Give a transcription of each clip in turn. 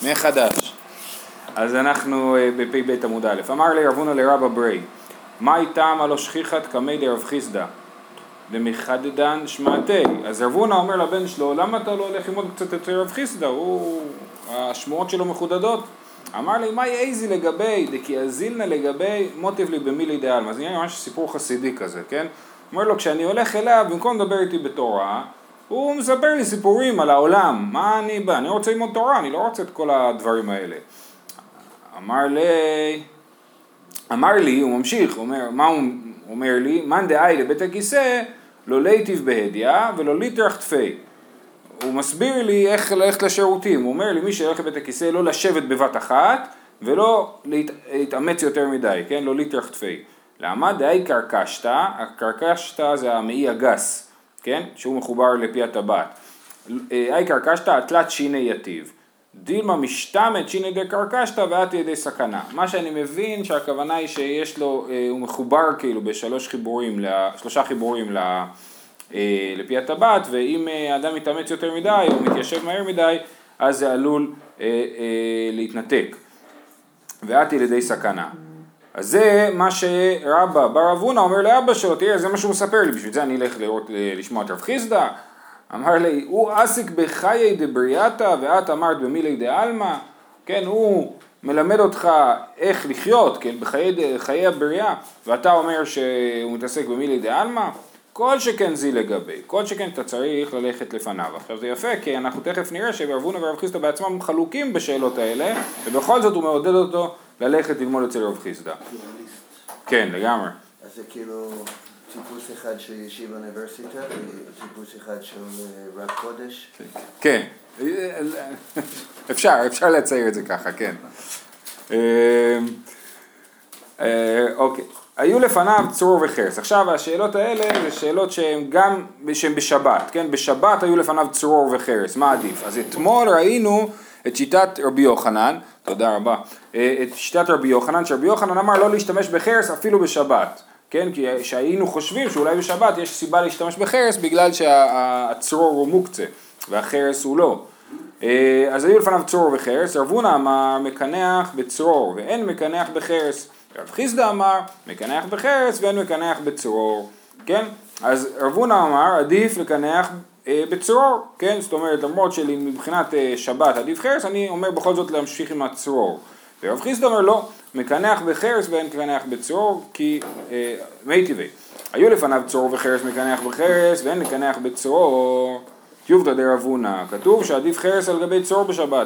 מחדש. אז אנחנו בפי בית עמוד א'. אמר לי רבונה לרבא ברי, מהי טעמה לא שכיחת קמי דרב חיסדא דמחדדן שמעתי. אז רבונה אומר לבן שלו, למה אתה לא הולך ללמוד קצת יותר רב חיסדא? השמועות שלו מחודדות. אמר לי, מה יעזי לגבי, דקי אזילנה לגבי מוטיב לי במילי דעלמא. אז נראה ממש סיפור חסידי כזה, כן? אומר לו, כשאני הולך אליו, במקום לדבר איתי בתורה, הוא מספר לי סיפורים על העולם. מה אני בא? אני רוצה ללמוד תורה, אני לא רוצה את כל הדברים האלה. אמר לי, הוא ממשיך, מה הוא אומר לי? מאן דאי לבית הכיסא, לא ליטיב בהדיא ולא ליטרח תפי. הוא מסביר לי איך ללכת לשירותים. הוא אומר לי, מי שהולך לבית הכיסא לא לשבת בבת אחת ולא להתאמץ יותר מדי, כן? לא ליטרח תפי. למה? דאי קרקשתא, הקרקשתא זה המעי הגס, כן? שהוא מחובר לפי הטבעת. אי קרקשתא התלת שיני יתיב. דילמה משתמת שיני די קרקשתא ואת ידי סכנה. מה שאני מבין שהכוונה היא שיש לו, הוא מחובר כאילו שלושה חיבורים לפי הטבעת, ואם האדם מתאמץ יותר מדי או מתיישב מהר מדי, אז זה עלול להתנתק. ואת ידי סכנה. אז זה מה שרבא בר אבונה אומר לאבא שלו, תראה, זה מה שהוא מספר לי, בשביל זה אני אלך לשמוע את רב חיסדא. אמר לי, הוא עסיק בחיי דברייתא ואת אמרת במילי דעלמא, כן, הוא מלמד אותך איך לחיות, כן, בחיי הבריאה, ואתה אומר שהוא מתעסק במילי דעלמא, כל שכן זי לגבי, כל שכן אתה צריך ללכת לפניו. עכשיו זה יפה, כי אנחנו תכף נראה שרב אבונה ורב חיסדא בעצמם חלוקים בשאלות האלה, ובכל זאת הוא מעודד אותו ללכת ללמוד אצל רב חיסדא. כן, לגמרי. אז זה כאילו טיפוס אחד של ישיבה אוניברסיטה, וטיפוס אחד של רב קודש. כן, אפשר לצייר את זה ככה, כן. אוקיי, היו לפניו צרור וחרס. עכשיו השאלות האלה זה שאלות שהן בשבת, כן? בשבת היו לפניו צרור וחרס, מה עדיף? אז אתמול ראינו את שיטת רבי יוחנן, תודה רבה, את שיטת רבי יוחנן, שרבי יוחנן אמר לא להשתמש בחרס אפילו בשבת, כן? כי שהיינו חושבים שאולי בשבת יש סיבה להשתמש בחרס בגלל שהצרור הוא מוקצה והחרס הוא לא. אז היו לפניו צרור וחרס, רב הונא אמר מקנח בצרור ואין מקנח בחרס, רב חיסדא אמר מקנח בחרס ואין מקנח בצרור, כן? אז רב הונא אמר עדיף לקנח בצרור, כן? זאת אומרת, למרות שלי מבחינת שבת עדיף חרס, אני אומר בכל זאת להמשיך עם הצרור. ורב חיסדא אומר לא, מקנח בחרס ואין מקנח בצרור, כי מי טבעי. היו לפניו צרור וחרס מקנח בחרס ואין מקנח בצרור, תיובתא דרב הונא, כתוב שעדיף חרס על גבי צרור בשבת.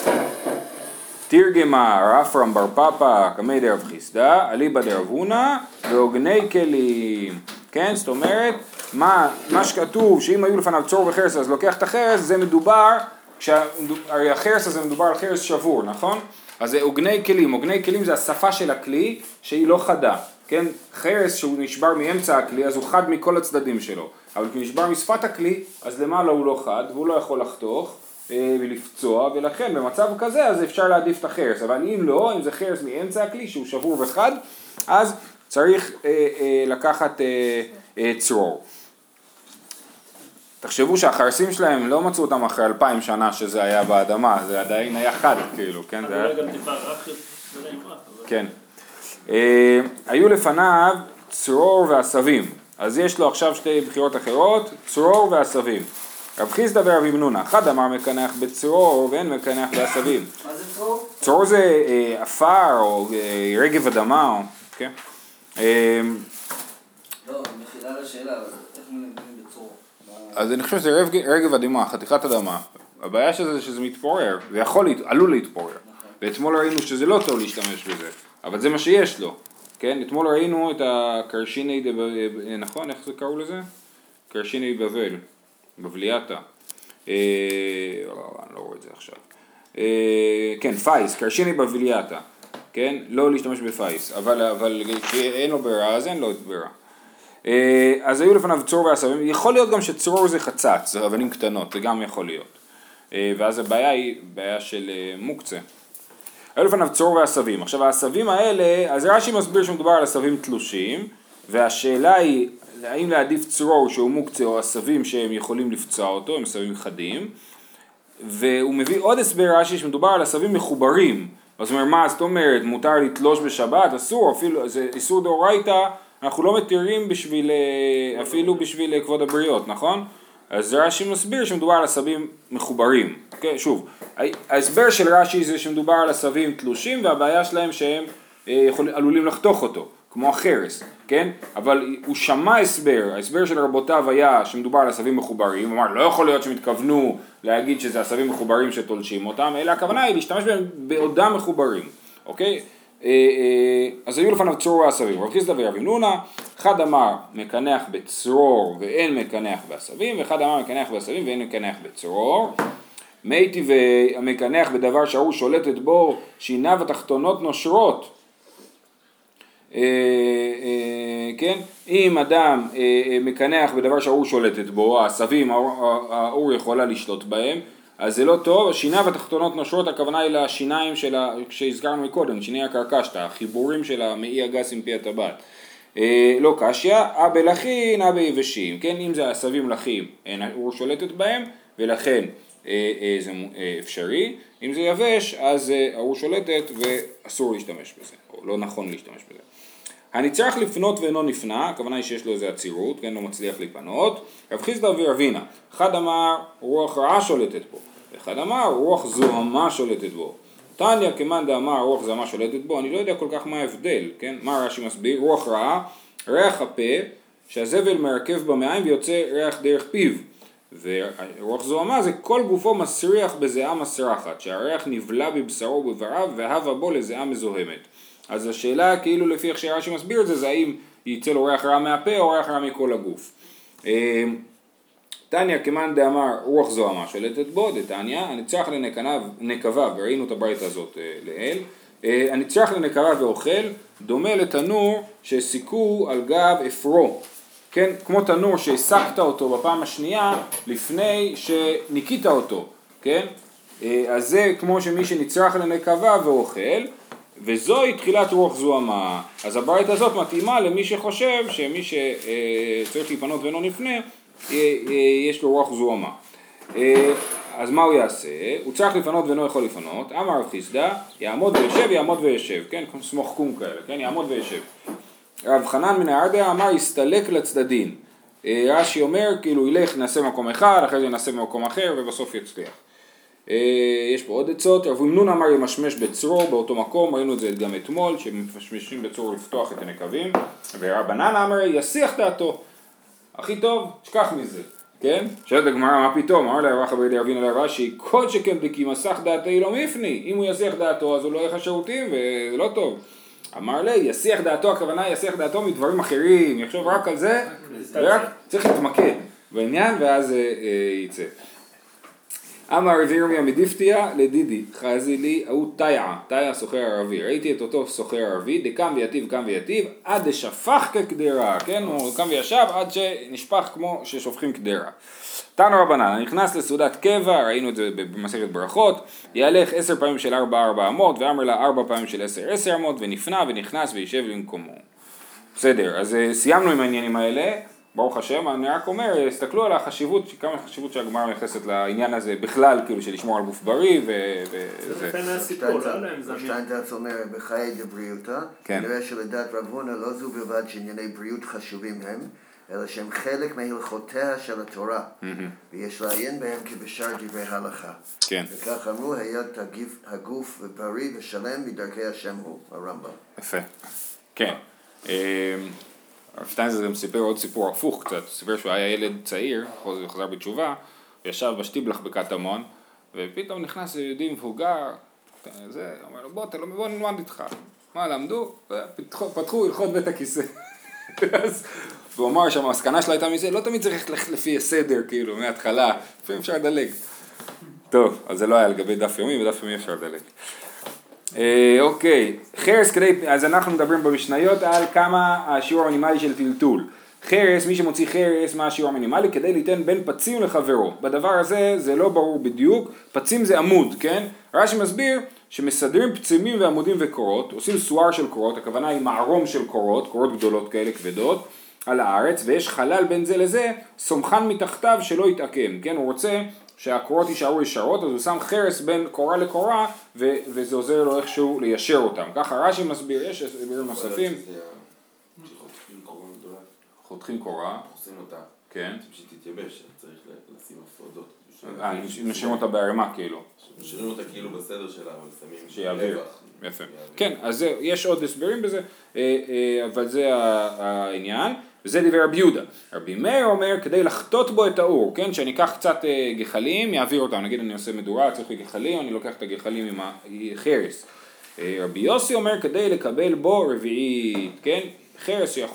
תרגמה רפרם בר פפא קמי דרב חיסדא, אליבא דרב הונא ועוגני כלים. כן, זאת אומרת, מה שכתוב שאם היו לפניו צרור וחרס אז לוקח את החרס, זה מדובר, הרי החרס הזה מדובר על חרס שבור, נכון? אז זה עוגני כלים, עוגני כלים זה השפה של הכלי שהיא לא חדה, כן? חרס שהוא נשבר מאמצע הכלי אז הוא חד מכל הצדדים שלו, אבל כשהוא נשבר משפת הכלי אז למעלה הוא לא חד והוא לא יכול לחתוך ולפצוע, ולכן במצב כזה אז אפשר להעדיף את החרס, אבל אם לא, אם זה חרס מאמצע הכלי שהוא שבור וחד, אז צריך לקחת צרור. תחשבו שהחרסים שלהם לא מצאו אותם אחרי 2000 שנה שזה היה באדמה, זה עדיין היה חד כאילו, כן? זה היה... כן. היו לפניו צרור ועשבים, אז יש לו עכשיו שתי בחירות אחרות, צרור ועשבים. רב חיסדא ורב ימנונה, אחד אמר מקנח בצרור ואין מקנח בעשבים. מה זה צרור? צרור זה אפר או רגב אדמה, כן? לא, מחילה לשאלה, איך מלמדים בצרור? אז אני חושב שזה רגב אדמה, חתיכת אדמה. הבעיה שזה מתפורר, זה עלול להתפורר. ואתמול ראינו שזה לא טוב להשתמש בזה, אבל זה מה שיש לו. כן? אתמול ראינו את הקרשיני, נכון? איך זה קראו לזה? קרשיני בבל. בבלייתא, אני לא רואה את זה עכשיו, כן, פייס, קרשיני בבלייתא, כן, לא להשתמש בפייס, אבל כשאין לו ברירה, אז אין לו את ברירה. אז היו לפניו צרור ועשבים, יכול להיות גם שצרור זה חצץ, זה אבנים קטנות, זה גם יכול להיות, ואז הבעיה היא בעיה של מוקצה. היו לפניו צרור ועשבים, עכשיו העשבים האלה, אז רש"י מסביר שמדובר על עשבים תלושים, והשאלה היא, האם להעדיף צרור שהוא מוקצה או עשבים שהם יכולים לפצוע אותו, הם עשבים חדים, והוא מביא עוד הסבר רש"י שמדובר על עשבים מחוברים. אז הוא אומר, מה זאת אומרת, מותר לתלוש בשבת? אסור, אפילו, זה איסור דאורייתא, אנחנו לא מתירים אפילו בשביל כבוד הבריות, נכון? אז רש"י מסביר שמדובר על עשבים מחוברים. Okay, שוב, ההסבר של רש"י זה שמדובר על עשבים תלושים, והבעיה שלהם שהם עלולים לחתוך אותו, כמו החרס, כן? אבל הוא שמע ההסבר של רבותיו היה שמדובר על עשבים מחוברים, הוא אמר, לא יכול להיות שמתכוונו להגיד שזה עשבים מחוברים שתולשים אותם, אלא הכוונה היא להשתמש בהם בעודם מחוברים, אוקיי? אז היו לפניו צרור העשבים, רב חיסדא ורב הונא, אחד אמר מקנח בצרור ואין מקנח בעשבים, ואחד אמר מקנח בעשבים ואין מקנח בצרור. מייטי והמקנח בדבר שהאור שולטת בו, שיניו התחתונות נושרות. כן? אם אדם מקנח בדבר שהאור שולטת בו, העשבים, האור יכולה לשלוט בהם, אז זה לא טוב. שיניו התחתונות נושרות, הכוונה היא לשיניים שהזכרנו מקודם, שיני הקרקשת, החיבורים של המעי הגס עם פי הטבעת. לא קשיא, אבא לחין, אבא יבשים, כן? אם זה עשבים לחים, האור שולטת בהם, ולכן זה אפשרי. אם זה יבש, אז האור שולטת ואסור להשתמש בזה, או לא נכון להשתמש בזה. הנצרך לפנות ואינו נפנה, הכוונה היא שיש לו איזה עצירות, כן, לא מצליח לפנות. רב חיסדא ורב הונא, אחד אמר רוח רעה שולטת בו, אחד אמר רוח זוהמה שולטת בו. תניא כמאן דאמר רוח זוהמה שולטת בו, אני לא יודע כל כך מה ההבדל, כן? מה רש"י מסביר? רוח רעה, ריח הפה, שהזבל מרכב במעיים ויוצא ריח דרך פיו. ורוח זוהמה זה כל גופו מסריח בזיעה מסרחת, שהריח נבלע בבשרו ובבריו והווה בו לזיעה מזוהמת. אז השאלה כאילו לפי איך שרש"י מסביר את זה, זה האם יצא לו ריח רע מהפה או ריח רע מכל הגוף. תניא כמאן דאמר רוח זוהמה שולטת בו, דתניא, הנצרך לנקבה, וראינו את הברייתא הזאת לעיל, הנצרך לנקבה ואוכל, דומה לתנור שהסיקו על גב אפרו, כן, כמו תנור שהסקת אותו בפעם השנייה לפני שניקית אותו, כן, אז זה כמו שמי שנצרך לנקבה ואוכל, וזוהי תחילת רוח זוהמה. אז הברייתא הזאת מתאימה למי שחושב שמי שצריך להיפנות ואינו נפנה, יש לו רוח זוהמה. אז מה הוא יעשה? הוא צריך לפנות ואינו יכול לפנות. אמר רב חיסדא, יעמוד וישב, יעמוד וישב, כן? סמוך קום כאלה, כן? יעמוד וישב. רב חנן מן הערדא אמר, יסתלק לצדדים. רש"י אומר, כאילו ילך, נעשה במקום אחד, אחרי זה נעשה במקום אחר, ובסוף יצליח. יש פה עוד עצות. רב הונא אמר ימשמש בצרור באותו מקום, ראינו את זה גם אתמול, שממשמשים בצרור לפתוח את הנקבים, ורבנן אמר יסיח דעתו, הכי טוב, שכח מזה, כן? שואלת הגמרא, מה פתאום? אמר לה רחא בי רבינא לרש"י, כל שכן דקי מסך דעתי לא מפני, אם הוא יסיח דעתו אז הוא לא יהיה שירותים וזה לא טוב. אמר לי, יסיח דעתו, הכוונה יסיח דעתו מדברים אחרים, יחשוב רק על זה, ורק צריך להתמקד בעניין ואז יצא. אמר רבי ירמיה מדיפתיה לדידי, חזי לי, הוא תאיה סוחר ערבי, ראיתי את אותו סוחר ערבי, דקם ויתיב, עד דשפך כקדרה, כן, הוא קם וישב עד שנשפך כמו ששופכים קדרה. תנו רבנן, נכנס לסעודת קבע, ראינו את זה במסכת ברכות, יהלך 10 פעמים של 4 אמות, ואמר לה 4 פעמים של 10 אמות, ונפנה ונכנס וישב למקומו. בסדר, אז סיימנו עם העניינים האלה. ברוך השם, אני רק אומר, הסתכלו על החשיבות, כמה חשיבות שהגמרא מייחסת לעניין הזה בכלל, כאילו של לשמור על גוף בריא זה לפני הסיפור, לא יודע אם זה שטיינזלץ אומר בחיי דבריותא, נראה שלדעת רב הונא לא זו בלבד שענייני בריאות חשובים הם, אלא שהם חלק מהלכותיה של התורה, ויש לעיין בהם כבשאר דברי הלכה. וכך אמרו, היות הגוף בריא ושלם מדרכי השם הוא, הרמב"ם. יפה, כן. שטיינזלץ גם סיפר עוד סיפור הפוך קצת, סיפר שהוא היה ילד צעיר, חזר בתשובה, וישב בשטיבלח בקטמון, ופתאום נכנס ליהודי מבוגר, זה, אומר לו בוא נלמד איתך. מה למדו? פתחו הלכות בית הכיסא. והוא אמר שהמסקנה שלה הייתה מזה, לא תמיד צריך ללכת לפי הסדר, כאילו, מההתחלה, לפעמים אפשר לדלג. טוב, אז זה לא היה לגבי דף יומי, בדף יומי אפשר לדלג. אוקיי, חרס כדי, אז אנחנו מדברים במשניות על כמה השיעור המינימלי של טלטול. חרס, מי שמוציא חרס, מה השיעור המינימלי? כדי ליתן בין פצים לחברו. בדבר הזה זה לא ברור בדיוק, פצים זה עמוד, כן? רש"י מסביר שמסדרים פצימים ועמודים וקורות, עושים סואר של קורות, הכוונה היא מערום של קורות, קורות גדולות כאלה כבדות, על הארץ, ויש חלל בין זה לזה, סומכן מתחתיו שלא יתעקם, כן? הוא רוצה שהקורות יישארו ישרות, אז הוא שם חרס בין קורה לקורה, וזה עוזר לו איכשהו ליישר אותם. ככה רש"י מסביר, יש הסברים נוספים. חותכים קורה. חוסים אותה. כן. פשוט תתייבש, צריך לשים הפרדות. נשארים אותה בערימה כאילו. נשארים אותה כאילו בסדר שלה, אבל שמים שיעביר. יפה. כן, אז יש עוד הסברים בזה, אבל זה העניין. וזה דבר רבי יהודה. רבי מאיר אומר, כדי לחטות בו את האור, כן, שאני אקח קצת גחלים, יעביר אותם. נגיד אני עושה מדורה, צריך גחלים, אני לוקח את הגחלים עם החרס. רבי יוסי אומר, כדי לקבל בו רביעית, כן, חרס שיכול